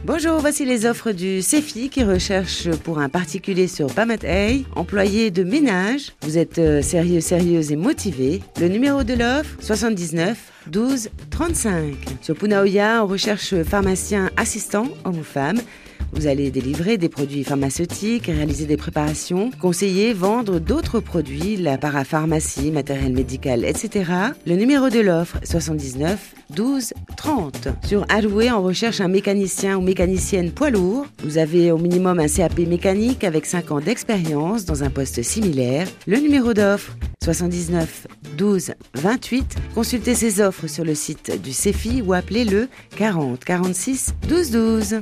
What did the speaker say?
Bonjour, voici les offres du CEFI qui recherche pour un particulier sur Pamatay, employé de ménage. Vous êtes sérieux, sérieuse et motivé. Le numéro de l'offre, 79 12 35. Sur Punaoya, on recherche pharmacien assistant, homme ou femme. Vous allez délivrer des produits pharmaceutiques, réaliser des préparations, conseiller, vendre d'autres produits, la parapharmacie, matériel médical, etc. Le numéro de l'offre, 79 12 30. Sur Arouet, on recherche un mécanicien ou mécanicienne poids lourd. Vous avez au minimum un CAP mécanique avec 5 ans d'expérience dans un poste similaire. Le numéro d'offre, 79 12 28. Consultez ces offres sur le site du CEFI ou appelez le 40 46 12 12.